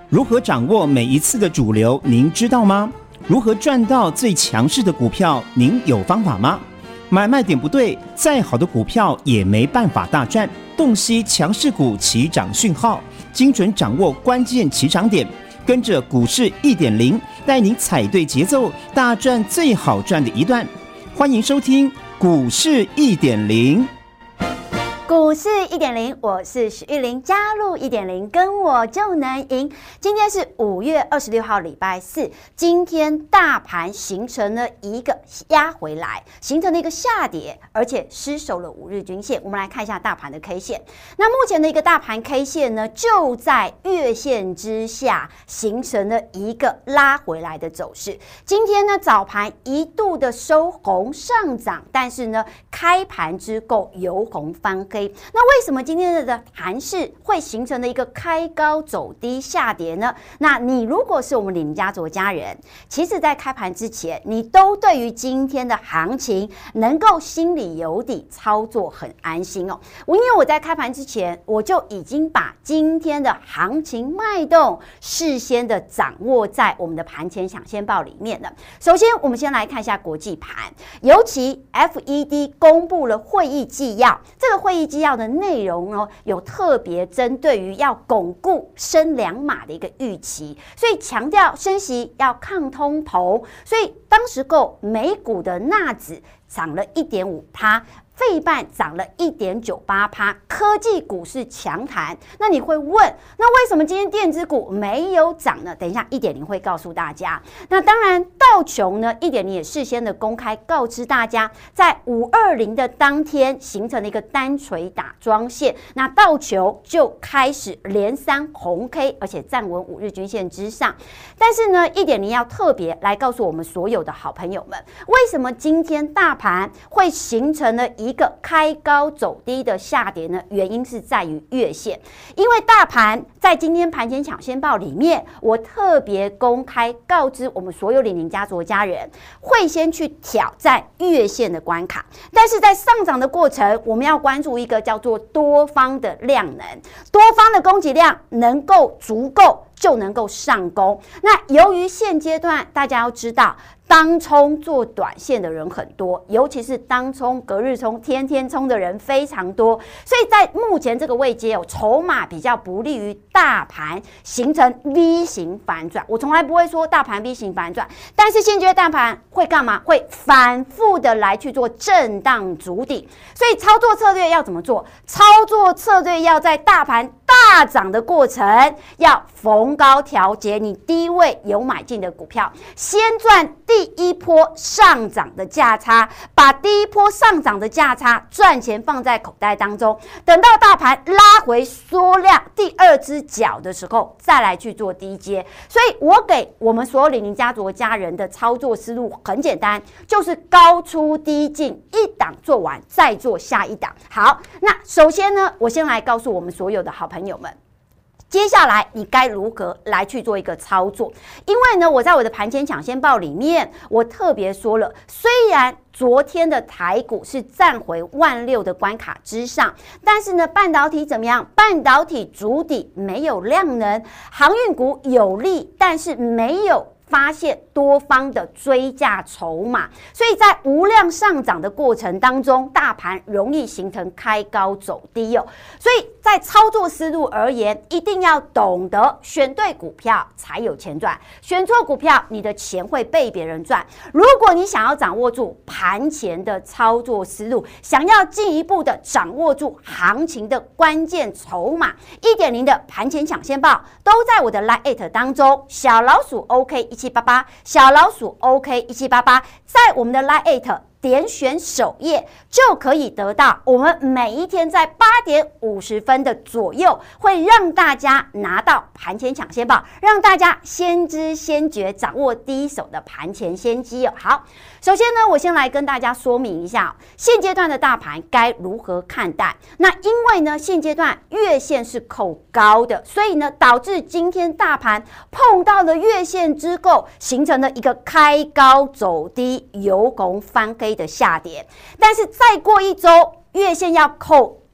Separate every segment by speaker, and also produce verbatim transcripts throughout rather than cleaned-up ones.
Speaker 1: 如何掌握每一次的主流，您知道吗？如何赚到最强势的股票，您有方法吗？买卖点不对，再好的股票也没办法大赚。洞悉强势股起涨讯号，精准掌握关键起涨点，跟着股市 一点零， 带您踩对节奏，大赚最好赚的一段。欢迎收听股市 一点零。
Speaker 2: 股市 一点零， 我是许玉玲，加入 一点零， 跟我就能赢。今天是五月二十六号，礼拜四。今天大盘形成了一个压回来，形成了一个下跌，而且失守了五日均线。我们来看一下大盘的 K 线。那目前的一个大盘 K 线呢，就在月线之下，形成了一个拉回来的走势。今天呢，早盘一度的收红上涨，但是呢，开盘之后由红翻黑。那为什么今天的盘势会形成了一个开高走低下跌呢？那你如果是我们领家族家人，其实在开盘之前，你都对于今天的行情能够心里有底，操作很安心哦。因为我在开盘之前，我就已经把今天的行情脉动事先的掌握在我们的盘前抢先报里面了。首先，我们先来看一下国际盘，尤其 F E D 公布了会议纪要，这个会议纪要的内容哦，有特别针对于要巩固升两码的一个预期，所以强调升息要抗通膨，所以当时候美股的纳指涨了 一点五趴。费半涨了 一点九八趴，科技股是强弹。那你会问，那为什么今天电子股没有涨呢？等一下 一点零 会告诉大家。那当然道琼呢 一点零 也事先的公开告知大家，在五二零的当天形成了一个单锤打庄线，那道琼就开始连三红 K， 而且站稳五日均线之上。但是呢 一点零 要特别来告诉我们所有的好朋友们，为什么今天大盘会形成了一一个开高走低的下跌呢？原因是在于月线，因为大盘在今天盘前抢先报里面，我特别公开告知我们所有领领家族的家人，会先去挑战月线的关卡，但是在上涨的过程，我们要关注一个叫做多方的量能，多方的供给量能够足够，就能够上攻。那由于现阶段大家要知道，当冲做短线的人很多，尤其是当冲、隔日冲、天天冲的人非常多，所以在目前这个位阶有筹码比较不利于大盘形成 V 型反转。我从来不会说大盘 V 型反转，但是现阶段大盘会干嘛？会反复的来去做震荡筑底。所以操作策略要怎么做？操作策略要在大盘大涨的过程，要逢高调节你低位有买进的股票，先赚第一波上涨的价差，把第一波上涨的价差赚钱放在口袋当中，等到大盘拉回缩量第二只脚的时候，再来去做低接。所以我给我们所有领领家族的家人的操作思路很简单，就是高出低进，一档做完再做下一档。好，那首先呢，我先来告诉我们所有的好朋友们，接下来你该如何来去做一个操作？因为呢，我在我的盘前抢先报里面，我特别说了，虽然昨天的台股是站回万六的关卡之上，但是呢，半导体怎么样？半导体筑底没有量能，航运股有利，但是没有发现多方的追价筹码，所以在无量上涨的过程当中，大盘容易形成开高走低哦。所以在操作思路而言，一定要懂得选对股票才有钱赚，选错股票，你的钱会被别人赚。如果你想要掌握住盘前的操作思路，想要进一步的掌握住行情的关键筹码， 一点零 的盘前抢先报都在我的 LINE@ 当中，小老鼠 OK 一七八八，小老鼠 OK 一七八八，在我们的 LINE@ 点选首页就可以得到我们每一天在八点五十分的左右，会让大家拿到盘前抢先报，让大家先知先觉，掌握第一手的盘前先机哦。好，首先呢，我先来跟大家说明一下，现阶段的大盘该如何看待。那因为呢，现阶段月线是扣高的，所以呢，导致今天大盘碰到了月线之后，形成了一个开高走低、由红翻黑的下跌。但是再过一周，月线要扣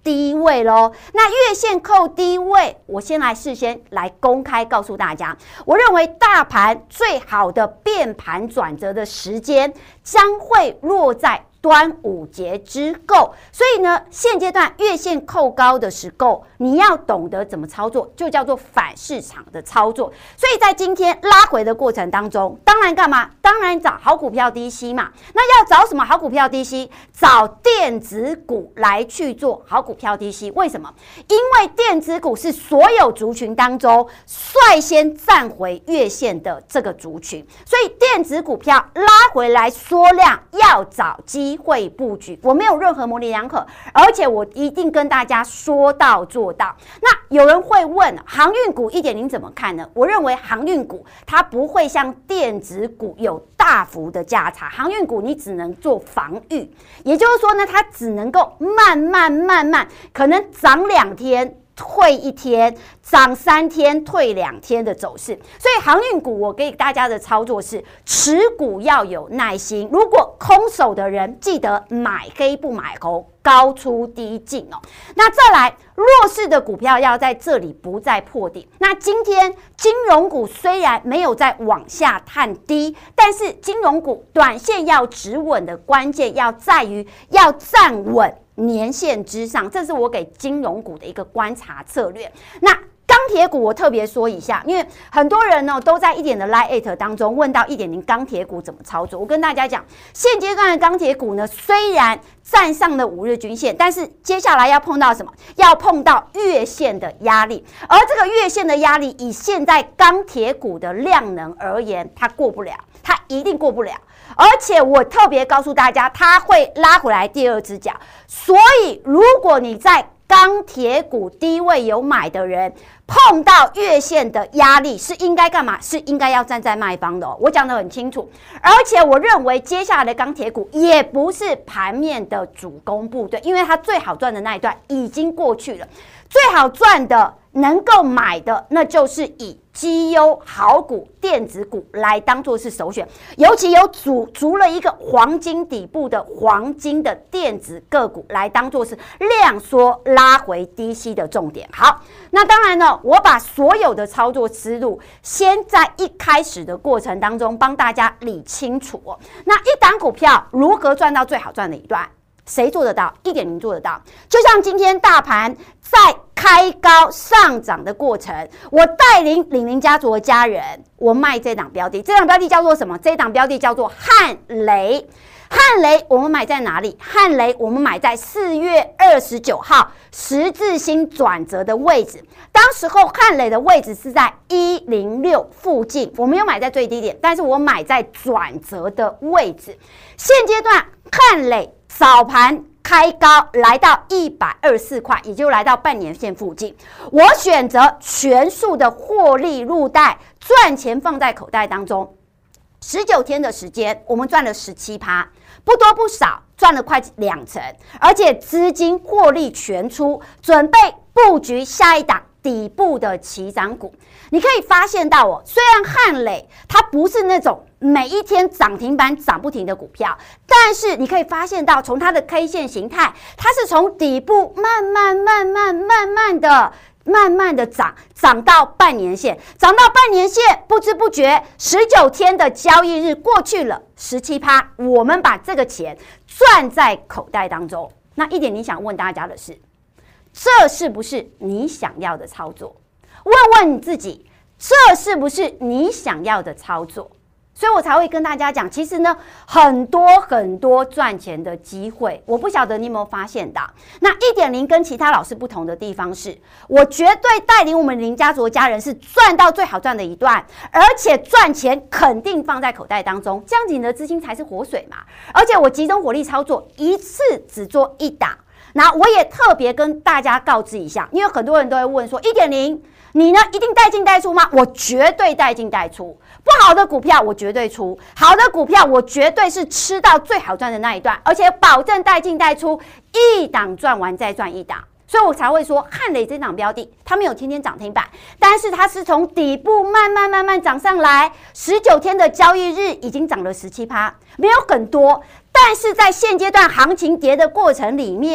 Speaker 2: 低位咯。那月线扣低位，我先来事先来公开告诉大家，我认为大盘最好的变盘转折的时间将会落在端午节之后，所以呢，现阶段月线扣高的时候，你要懂得怎么操作，就叫做反市场的操作。所以在今天拉回的过程当中，当然干嘛？当然找好股票低吸嘛。那要找什么好股票低吸？找电子股来去做好股票低吸。为什么？因为电子股是所有族群当中率先站回月线的这个族群，所以电子股票拉回来缩量，要找机会布局。我没有任何模棱两可，而且我一定跟大家说到做到。那有人会问，航运股 一点零 怎么看呢？我认为航运股它不会像电子股有大幅的价差，航运股你只能做防御，也就是说呢，它只能够慢慢慢慢，可能涨两天退一天，涨三天退两天的走势。所以航运股我给大家的操作是持股要有耐心，如果空手的人记得买黑不买红，高出低进哦。那再来弱势的股票要在这里不再破底。那今天金融股虽然没有再往下探低，但是金融股短线要止稳的关键要在于要站稳年线之上，这是我给金融股的一个观察策略。那钢铁股我特别说一下，因为很多人呢都在一点的 Line 当中问到 一点零 钢铁股怎么操作。我跟大家讲，现阶段的钢铁股呢，虽然站上了五日均线，但是接下来要碰到什么？要碰到月线的压力，而这个月线的压力，以现在钢铁股的量能而言，它过不了，它一定过不了。而且我特别告诉大家，它会拉回来第二只脚。所以，如果你在钢铁股低位有买的人，碰到月线的压力是应该干嘛？是应该要站在卖方的哦。我讲得很清楚，而且我认为接下来的钢铁股也不是盘面的主攻部队，因为它最好赚的那一段已经过去了。最好赚的能够买的，那就是以绩优好股、电子股来当作是首选，尤其有组足了一个黄金底部的黄金的电子个股来当作是量缩拉回低吸的重点。好，那当然呢，我把所有的操作思路先在一开始的过程当中帮大家理清楚哦。那一档股票如何赚到最好赚的一段？谁做得到？ 一点零 做得到。就像今天大盘在开高上涨的过程，我带领领领家族的家人，我卖这档标的，这档标的叫做什么？这档标的叫做汉雷。汉雷我们买在哪里？汉雷我们买在四月二十九号十字星转折的位置，当时候汉雷的位置是在一零六附近，我没有买在最低点，但是我买在转折的位置。现阶段汉雷早盘开高来到一百二十四块，也就来到半年线附近。我选择全数的获利入袋，赚钱放在口袋当中。十九天的时间，我们赚了 百分之十七， 不多不少，赚了快两成，而且资金获利全出，准备布局下一档底部的起涨股。你可以发现到哦，虽然汉磊它不是那种每一天涨停板涨不停的股票，但是你可以发现到，从它的 K 线形态，它是从底部慢慢慢慢慢慢的慢慢的涨，涨到半年线，涨到半年线，不知不觉十九天的交易日过去了 百分之十七， 我们把这个钱赚在口袋当中。那一点你想问大家的是，这是不是你想要的操作？问问你自己，这是不是你想要的操作？所以我才会跟大家讲，其实呢，很多很多赚钱的机会，我不晓得你有没有发现到。那 一点零 跟其他老师不同的地方是，我绝对带领我们林家族的家人是赚到最好赚的一段，而且赚钱肯定放在口袋当中，这样子你的资金才是活水嘛。而且我集中火力操作，一次只做一档。那我也特别跟大家告知一下，因为很多人都会问说 一点零你呢一定带进带出吗？我绝对带进带出，不好的股票我绝对出，好的股票我绝对是吃到最好赚的那一段，而且保证带进带出，一档赚完再赚一档。所以我才会说汉磊这档标的它没有天天涨停板，但是它是从底部慢慢慢慢涨上来，十九天的交易日已经涨了 百分之十七， 没有很多，但是在现阶段行情跌的过程里面，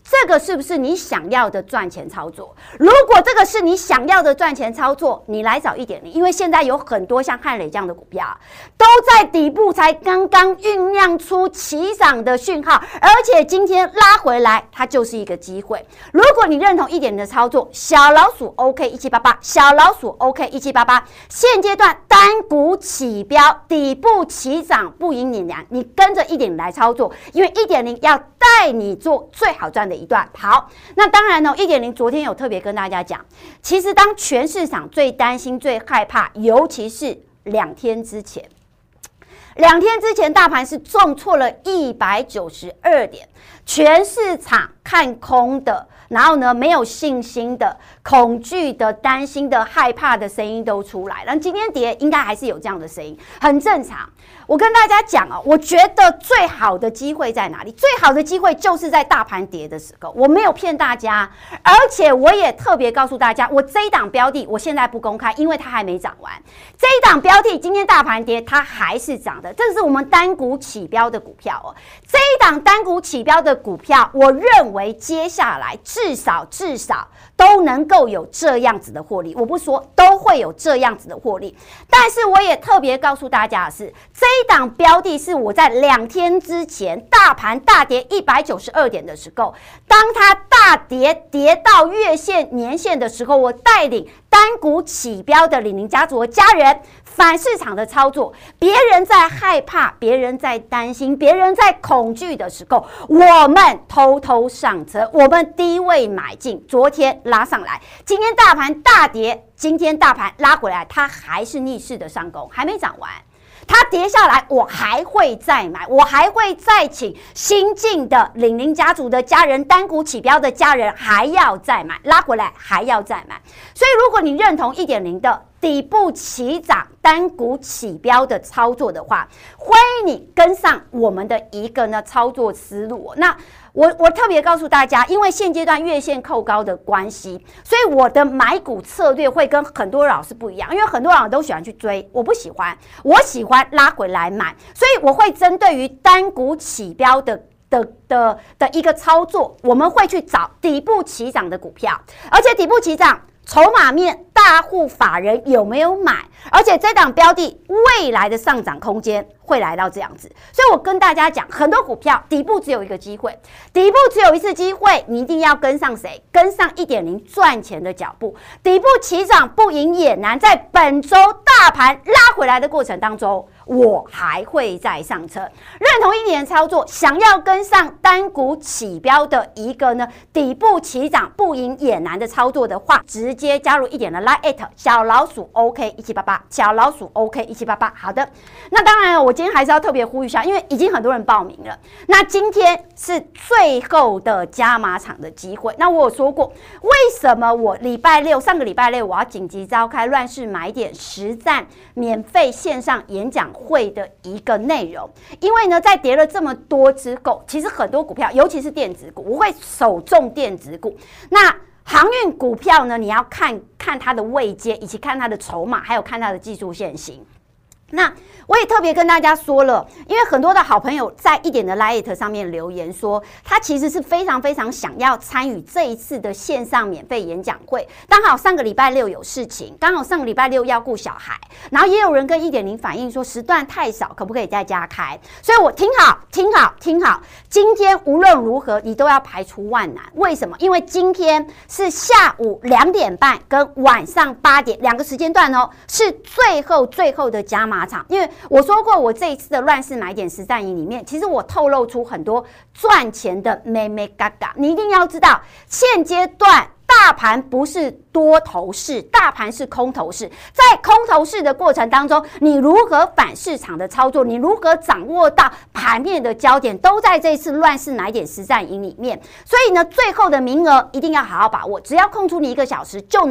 Speaker 2: 这个是不是你想要的赚钱操作？如果这个是你想要的赚钱操作，你来找一点零，因为现在有很多像汉磊这样的股票，都在底部才刚刚酝酿出起涨的讯号，而且今天拉回来，它就是一个机会。如果你认同一点零的操作，小老鼠 OK 一七八八，小老鼠 OK 一七八八，现阶段单股起标，底部起涨不赢你娘，你跟着一点零来操作，因为一点零要带你做最好赚的一段。好，那当然呢，一点零昨天有特别跟大家讲，其实当全市场最担心、最害怕，尤其是两天之前，两天之前大盘是重挫了一百九十二点，全市场看空的，然后呢，没有信心的、恐惧的、担心的、害怕的声音都出来了。今天跌应该还是有这样的声音，很正常。我跟大家讲哦，我觉得最好的机会在哪里？最好的机会就是在大盘跌的时候，我没有骗大家，而且我也特别告诉大家，我这一档标的我现在不公开，因为它还没涨完。这一档标的今天大盘跌，它还是涨的，这是我们单股起标的股票哦。这一档单股起标的股票，我认为接下来至少至少都能够有这样子的获利。我不说都会有这样子的获利，但是我也特别告诉大家的是，这一档标的是我在两天之前大盘大跌一百九十二点的时候，当它大跌跌到月线、年线的时候，我带领单股起标的李宁家族的家人反市场的操作。别人在害怕，别人在担心，别人在恐惧的时候，我们偷偷上车，我们低位买进，昨天拉上来，今天大盘大跌，今天大盘拉回来，它还是逆势的上攻，还没涨完。它跌下来，我还会再买，我还会再请新进的李宁家族的家人、单股起标的家人还要再买，拉回来还要再买。所以，如果你认同 一点零 的底部起涨、单股起标的操作的话，欢迎你跟上我们的一个呢操作思路。那我我特别告诉大家，因为现阶段月线扣高的关系，所以我的买股策略会跟很多老师不一样。因为很多老师都喜欢去追，我不喜欢，我喜欢拉回来买，所以我会针对于单股起标的。的的的一个操作，我们会去找底部起涨的股票，而且底部起涨，筹码面大户法人有没有买？而且这档标的未来的上涨空间会来到这样子，所以我跟大家讲，很多股票底部只有一个机会，底部只有一次机会，你一定要跟上谁？跟上 一点零 赚钱的脚步。底部起涨不赢也难，在本周大盘拉回来的过程当中，我还会再上车。认同一点零操作，想要跟上单股起标的一个呢底部起涨不赢也难的操作的话，直接加入一点的 Line 小老鼠 OK 一七八八，小老鼠 OK 一七八八。好的，那当然我今天还是要特别呼吁一下，因为已经很多人报名了。那今天是最后的加码场的机会。那我有说过，为什么我礼拜六上个礼拜六我要紧急召开乱世买点实战免费线上演讲会的一个内容？因为呢，在跌了这么多之后，其实很多股票，尤其是电子股，我会首重电子股。那航运股票呢，你要看看它的位阶，以及看它的筹码，还有看它的技术线型。那我也特别跟大家说了，因为很多的好朋友在一点的 Lite 上面留言说，他其实是非常非常想要参与这一次的线上免费演讲会。刚好上个礼拜六有事情，刚好上个礼拜六要顾小孩，然后也有人跟 一点零 反映说时段太少，可不可以在家开？所以我听好，听好，听好，今天无论如何你都要排除万难。为什么？因为今天是下午两点半跟晚上八点两个时间段哦，是最后最后的加码。因为我说过，我这一次的乱世买点实战营里面，其实我透露出很多赚钱的眉眉角角。你一定要知道，现阶段大盘不是多头市，大盘是空头市。在空头市的过程当中，你如何反市场的操作，你如何掌握到盘面的焦点，都在这次乱世买点实战营里面。所以呢，最后的名额一定要好好把握，只要空出你一个小时，就能够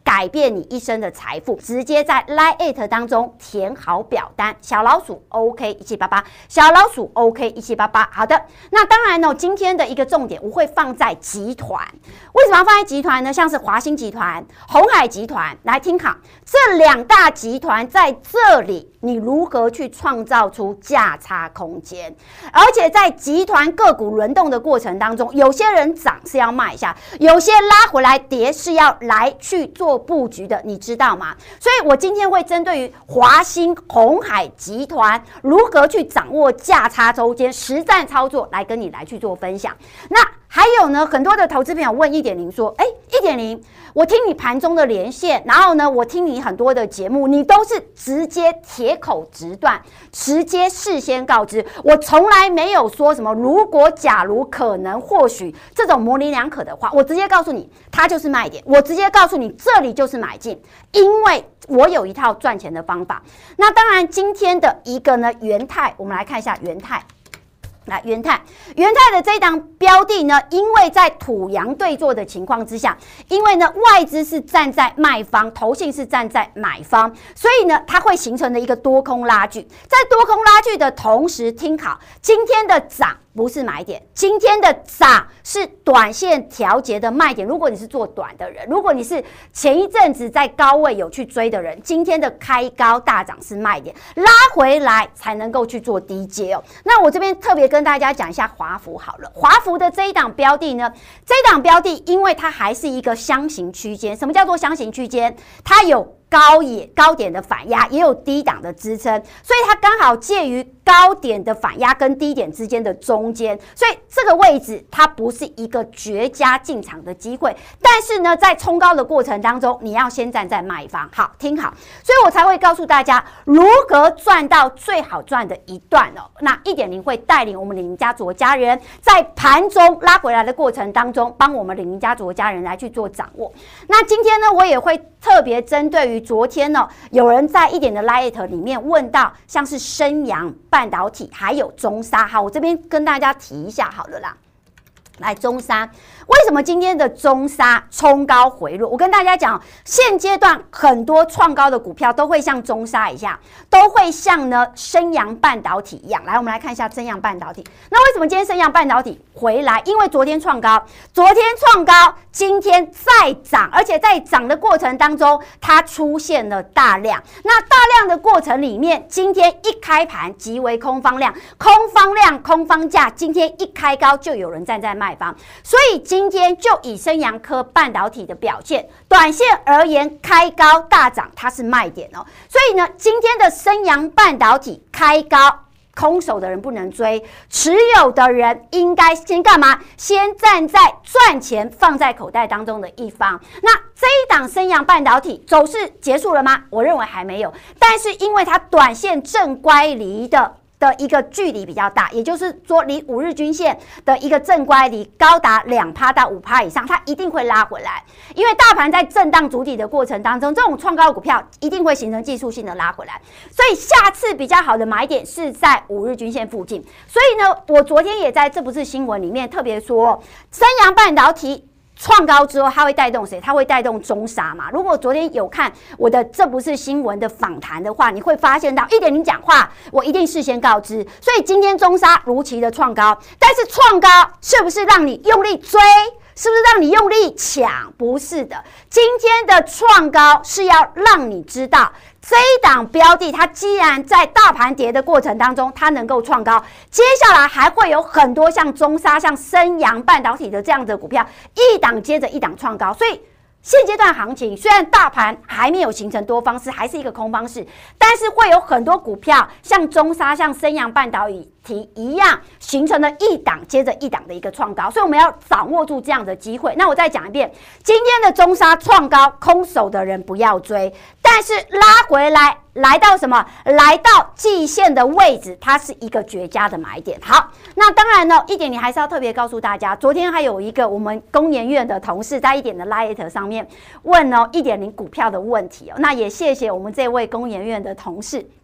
Speaker 2: 改变你一生的财富，直接在 Line@ 当中填好表单，小老鼠 OK 一七八八，小老鼠 OK 一七八八。好的，那当然呢，今天的一个重点我会放在集团。为什么要放在集团呢？像是华兴集团、鸿海集团，来听好，这两大集团在这里，你如何去创造出价差空间？而且在集团个股轮动的过程当中，有些人涨是要卖一下，有些拉回来跌是要来去做布局的，你知道吗？所以我今天会针对于华兴、鸿海集团如何去掌握价差中间实战操作，来跟你来去做分享。那还有呢，很多的投资朋友问一点零说，哎，一点零，我听你盘中的连线，然后呢，我听你很多的节目，你都是直接铁口直断，直接事先告知，我从来没有说什么如果、假如、可能、或许这种模棱两可的话，我直接告诉你，它就是卖点，我直接告诉你，这里就是买进，因为我有一套赚钱的方法。那当然，今天的一个呢，元泰，我们来看一下元泰。来，元泰，元泰的这一档标的呢，因为在土洋对做的情况之下，因为呢外资是站在卖方，投信是站在买方，所以呢它会形成的一个多空拉锯。在多空拉锯的同时，听好，今天的涨不是买点，今天的涨是短线调节的卖点。如果你是做短的人，如果你是前一阵子在高位有去追的人，今天的开高大涨是卖点，拉回来才能够去做低接哦。那我这边特别跟跟大家讲一下华孚好了，华孚的这一档标的呢，这一档标的因为它还是一个箱型区间。什么叫做箱型区间？它有高也高点的反压，也有低档的支撑，所以它刚好介于高点的反压跟低点之间的中间，所以这个位置它不是一个绝佳进场的机会。但是呢，在冲高的过程当中，你要先站在卖方。好，听好，所以我才会告诉大家如何赚到最好赚的一段哦。那一点零会带领我们领家族家人在盘中拉回来的过程当中，帮我们领家族家人来去做掌握。那今天呢，我也会特别针对于昨天呢，有人在一点的 Line 里面问到，像是升阳半导体还有中砂，好，我这边跟大家提一下好了啦。来，中砂为什么今天的中砂冲高回落？我跟大家讲，现阶段很多创高的股票都会像中砂一样，都会像呢升阳半导体一样。来，我们来看一下升阳半导体。那为什么今天升阳半导体回来？因为昨天创高，昨天创高，今天再涨，而且在涨的过程当中，它出现了大量。那大量的过程里面，今天一开盘即为空方量，空方量、空方价，今天一开高就有人站在卖方，所以今天就以升阳科半导体的表现，短线而言开高大涨，它是卖点哦。所以呢，今天的升阳半导体开高，空手的人不能追，持有的人应该先干嘛？先站在赚钱放在口袋当中的一方。那这一档升阳半导体走势结束了吗？我认为还没有，但是因为它短线正乖离的的一个距离比较大，也就是说离五日均线的一个正乖离高达 百分之二 到 百分之五 以上，它一定会拉回来。因为大盘在震荡筑底的过程当中，这种创高的股票一定会形成技术性的拉回来，所以下次比较好的买点是在五日均线附近。所以呢，我昨天也在这不是新闻里面特别说，升阳半导体创高之后，它会带动谁？它会带动中砂嘛？如果昨天有看我的这不是新闻的访谈的话，你会发现到一点零讲话，我一定事先告知。所以今天中砂如期的创高，但是创高是不是让你用力追？是不是让你用力抢？不是的，今天的创高是要让你知道，这一档标的它既然在大盘跌的过程当中，它能够创高，接下来还会有很多像中砂、像升阳半导体的这样的股票，一档接着一档创高，所以现阶段行情虽然大盘还没有形成多方式，还是一个空方式，但是会有很多股票像中砂、像升阳半导体一样，形成了一档接着一档的一个创高，所以我们要掌握住这样的机会。那我再讲一遍，今天的中砂创高，空手的人不要追，但是拉回来来到什么？来到季线的位置，它是一个绝佳的买点。好，那当然呢，一点你还是要特别告诉大家，昨天还有一个我们工研院的同事在一点的 Line 上面问哦一点零股票的问题哦，那也谢谢我们这位工研院的同事。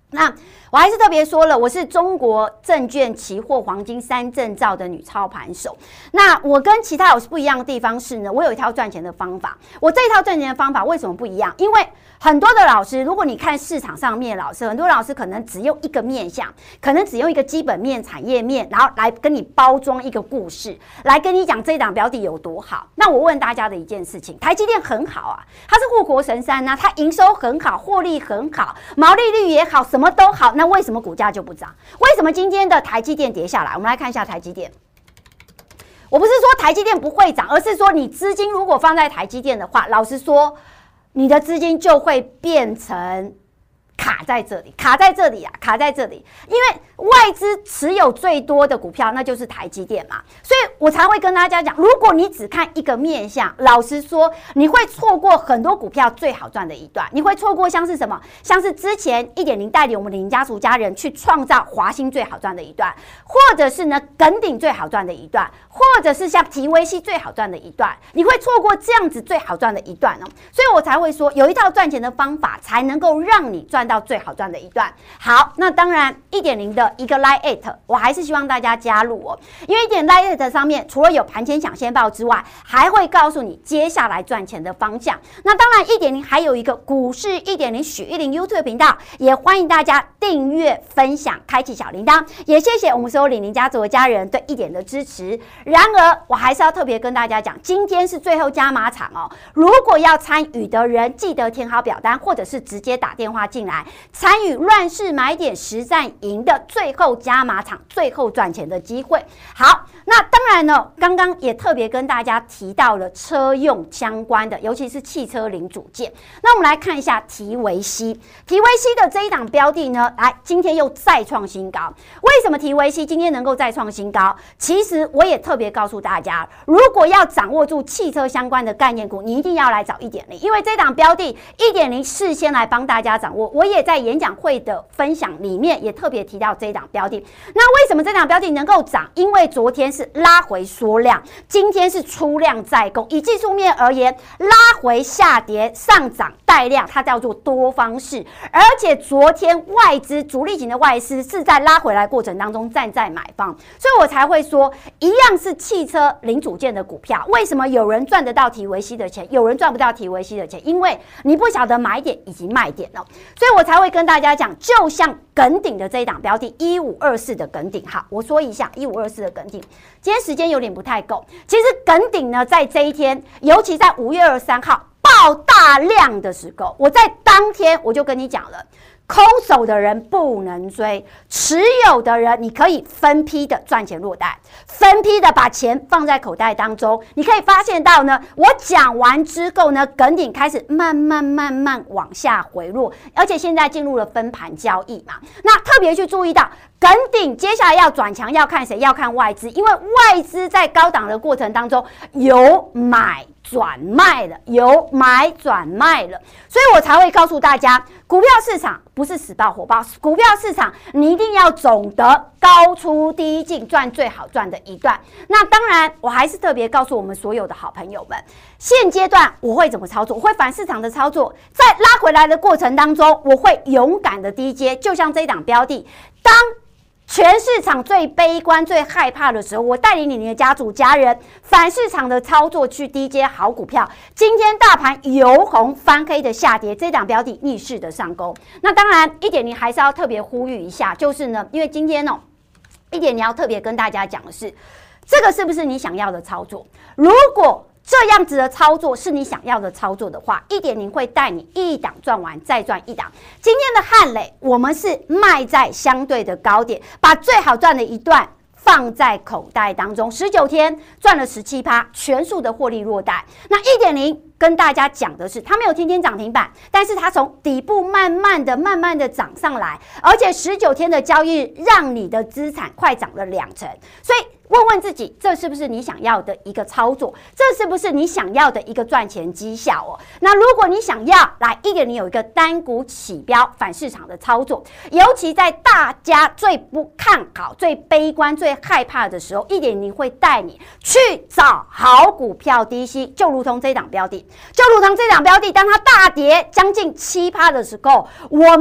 Speaker 2: 那我还是特别说了，我是中国证券期货黄金三证照的女操盘手。那我跟其他老师不一样的地方是呢，我有一套赚钱的方法。我这一套赚钱的方法为什么不一样？因为很多的老师，如果你看市场上面的老师，很多老师可能只用一个面向，可能只用一个基本面、产业面，然后来跟你包装一个故事，来跟你讲这一档标的有多好。那我问大家的一件事情，台积电很好啊，它是护国神山啊，它营收很好，获利很好，毛利率也好，什么都好，那为什么股价就不涨？为什么今天的台积电跌下来？我们来看一下台积电。我不是说台积电不会涨，而是说你资金如果放在台积电的话，老实说，你的资金就会变成卡在这里，卡在这里啊，卡在这里，因为外资持有最多的股票那就是台积电嘛，所以我才会跟大家讲，如果你只看一个面向，老实说，你会错过很多股票最好赚的一段，你会错过像是什么，像是之前一点零带领我们林家族家人去创造华兴最好赚的一段，或者是呢耿鼎最好赚的一段，或者是像提威西最好赚的一段，你会错过这样子最好赚的一段哦，所以我才会说，有一套赚钱的方法，才能够让你赚到最好赚的一段。好，那当然 一点零 的一个 Line 我还是希望大家加入哦，因为一点 Line 上面除了有盘前抢先报之外，还会告诉你接下来赚钱的方向。那当然 一点零 还有一个股市 一点零 许玉玲 YouTube 频道，也欢迎大家订阅、分享、开启小铃铛。也谢谢我们所有李宁家族的家人对一点的支持。然而，我还是要特别跟大家讲，今天是最后加码场哦。如果要参与的人，记得填好表单，或者是直接打电话进来。参与乱世买点实战营的最后加码场，最后赚钱的机会。好，那当然呢，刚刚也特别跟大家提到了车用相关的，尤其是汽车零组件。那我们来看一下提维西，提维西的这一档标的呢，来今天又再创新高。为什么提维西今天能够再创新高？其实我也特别告诉大家，如果要掌握住汽车相关的概念股，你一定要来找 一点零，因为这档标的 一点零 事先来帮大家掌握。我也在演讲会的分享里面也特别提到这一档标的。那为什么这档标的能够涨？因为昨天是拉回缩量，今天是出量再攻。以技术面而言，拉回下跌上涨带量，它叫做多方式。而且昨天外资主力型的外资是在拉回来过程当中站在买方，所以我才会说，一样是汽车零组件的股票，为什么有人赚得到提维西的钱，有人赚不到提维西的钱？因为你不晓得买点以及卖点哦，所以我才会跟大家讲，就像耿鼎的这一档标的一五二四的耿鼎，好，我说一下一五二四的耿鼎，今天时间有点不太够。其实耿鼎呢，在这一天，尤其在五月二十三号爆大量的时候，我在当天我就跟你讲了。空手的人不能追，持有的人你可以分批的赚钱落袋，分批的把钱放在口袋当中。你可以发现到呢，我讲完之后呢，耿鼎开始慢慢慢慢往下回落，而且现在进入了分盘交易嘛。那特别去注意到耿鼎接下来要转强，要看谁？要看外资，因为外资在高档的过程当中有买转卖了，有买转卖了，所以我才会告诉大家，股票市场不是死抱活抱，股票市场你一定要懂得高出低进，赚最好赚的一段。那当然，我还是特别告诉我们所有的好朋友们，现阶段我会怎么操作？我会反市场的操作，在拉回来的过程当中，我会勇敢的低接，就像这一档标的，当全市场最悲观、最害怕的时候，我带领你的家族家人反市场的操作去低接好股票。今天大盘由红翻黑的下跌，这档标的逆势的上攻。那当然，一点零还是要特别呼吁一下，就是呢，因为今天哦，一点零要特别跟大家讲的是，这个是不是你想要的操作？如果这样子的操作是你想要的操作的话， 一点零 会带你一档赚完再赚一档。今天的汉磊，我们是卖在相对的高点，把最好赚的一段放在口袋当中，十九天赚了 百分之十七， 全数的获利落袋。那 一点零 跟大家讲的是，它没有天天涨停板，但是它从底部慢慢的、慢慢的涨上来，而且十九天的交易日让你的资产快涨了两成，所以问问自己，这是不是你想要的一个操作？这是不是你想要的一个赚钱绩效哦？那如果你想要来一点零有一个单股起标反市场的操作，尤其在大家最不看好、最悲观、最害怕的时候，一点零会带你去找好股票低吸，就如同这档标的，就如同这档标的，当它大跌将近 百分之七 的时候，我们带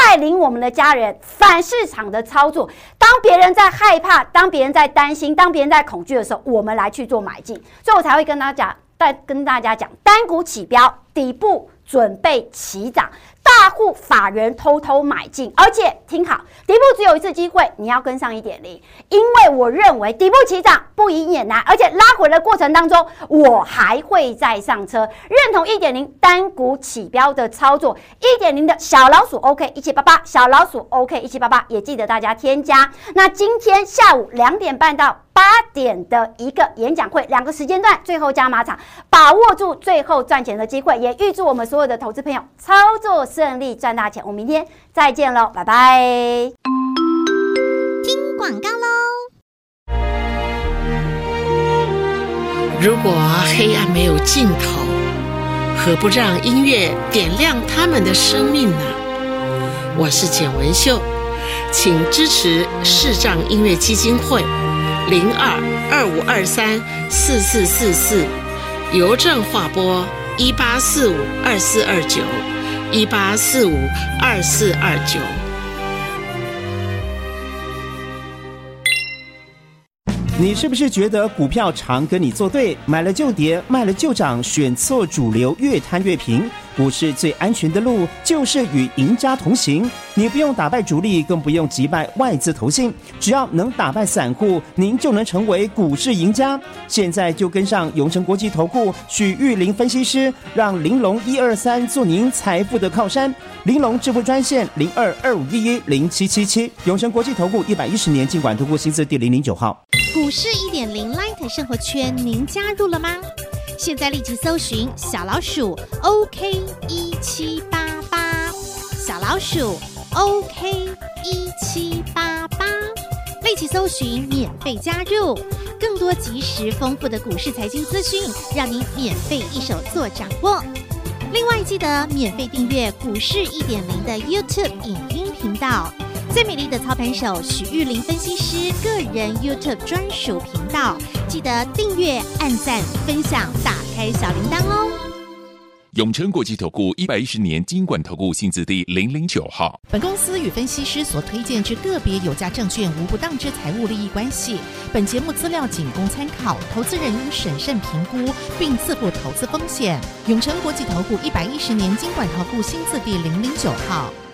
Speaker 2: 带领我们的家人反市场的操作。当别人在害怕，当别人在担心，当别人在恐惧的时候，我们来去做买进。所以我才会跟大家讲，跟大家讲，单股起标，底部准备起涨。大户法人偷偷买进，而且听好，底部只有一次机会，你要跟上 一点零， 因为我认为底部起涨不赢也难，而且拉回的过程当中，我还会再上车。认同 一点零 单股起标的操作， 一点零 的小老鼠 OK 一七八八，小老鼠 OK 一七八八，也记得大家添加。那今天下午两点半到八点的一个演讲会，两个时间段，最后加码场，把握住最后赚钱的机会，也预祝我们所有的投资朋友操作顺利，赚大钱。我们明天再见喽，拜拜。
Speaker 3: 听广告喽。
Speaker 4: 如果黑暗没有尽头，何不让音乐点亮他们的生命呢？我是简文秀，请支持视障音乐基金会零二二五二三四四四四，邮政划拨一八四五二四二九一八四五二四二九。
Speaker 1: 你是不是觉得股票常跟你作对，买了就跌，卖了就涨，选错主流，越摊越平？股市最安全的路就是与赢家同行，你不用打败主力，更不用击败外资投信，只要能打败散户，您就能成为股市赢家。现在就跟上永诚国际投顾许玉玲分析师，让玲珑一二三做您财富的靠山。玲珑致富专线零二二五一一零七七七，永诚国际投顾一百一十年金管投顾新字第零零九号。
Speaker 3: 股市 一点零 Light 生活圈，您加入了吗？现在立即搜寻小老鼠 O K 一七八八，小老鼠 O K 一七八八，立即搜寻免费加入，更多及时丰富的股市财经资讯，让您免费一手做掌握。另外记得免费订阅股市 一点零 的 YouTube 影音频道，最美丽的操盘手许玉玲分析师个人 YouTube 专属频道，记得订阅、按赞、分享，打开小铃铛哦。
Speaker 5: 永诚国际投顾一百一十年金管投顾新字第零零九号。
Speaker 6: 本公司与分析师所推荐之个别有价证券无不当之财务利益关系。本节目资料仅供参考，投资人应审慎评估并自负投资风险。永诚国际投顾一百一十年金管投顾新字第零零九号。